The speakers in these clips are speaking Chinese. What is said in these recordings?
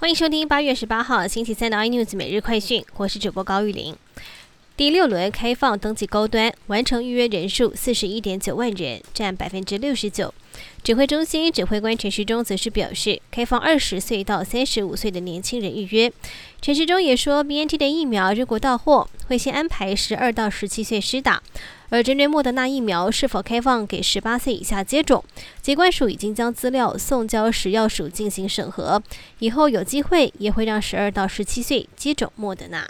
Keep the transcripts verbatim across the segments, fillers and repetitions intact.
欢迎收听八月十八号星期三的 iNews 每日快讯，我是主播高玉玲。第六轮开放登记高端完成预约人数四十一点九万人，占百分之六十九。指挥中心指挥官陈时中则是表示，开放二十岁到三十五岁的年轻人预约。陈时中也说 ，B N T 的疫苗如果到货，会先安排十二到十七岁施打。而针对莫德纳疫苗是否开放给十八岁以下接种，疾管署已经将资料送交食药署进行审核，以后有机会也会让十二到十七岁接种莫德纳。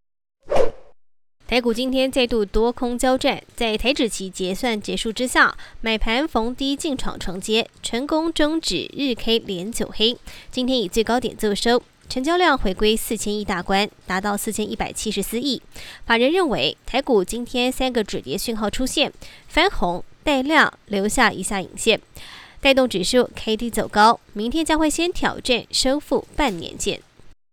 台股今天再度多空交战，在台指期结算结束之下，买盘逢低进场承接，成功终止日 K 连九黑，今天以最高点奏收。成交量回归四千亿大关，达到四千一百七十四亿。法人认为，台股今天三个止跌讯号出现，翻红带量，留下一下影线，带动指数 K D 走高，明天将会先挑战收复半年线。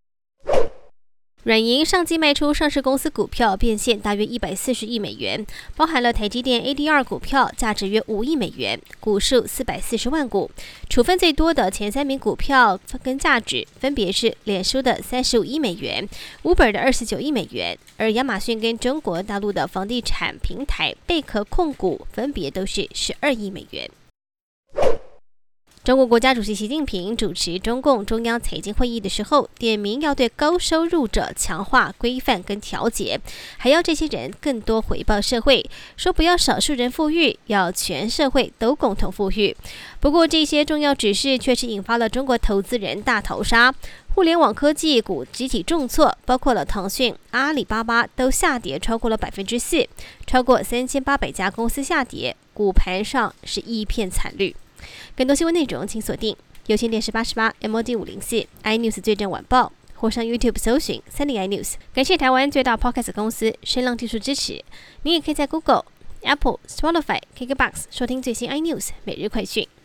软银上季卖出上市公司股票变现大约一百四十亿美元，包含了台积电 A D R 股票价值约五亿美元，股数四百四十万股。处分最多的前三名股票跟价值分别是脸书的三十五亿美元、Uber 的二十九亿美元，而亚马逊跟中国大陆的房地产平台贝壳控股分别都是十二亿美元。中国国家主席习近平主持中共中央财经会议的时候，点名要对高收入者强化规范跟调节，还要这些人更多回报社会，说不要少数人富裕，要全社会都共同富裕。不过这些重要指示却是引发了中国投资人大逃杀，互联网科技股集体重挫，包括了腾讯、阿里巴巴都下跌超过了百分之四，超过三千八百家公司下跌，股盘上是一片惨绿。更多新闻内容请锁定有线电视八十八 M O D 五零四 iNews 最正晚报，或上 YouTube 搜寻三立 iNews。感谢台湾最大 Podcast 公司声浪技术支持。你也可以在 Google、Apple、Spotify、K K B O X 收听最新 iNews 每日快讯。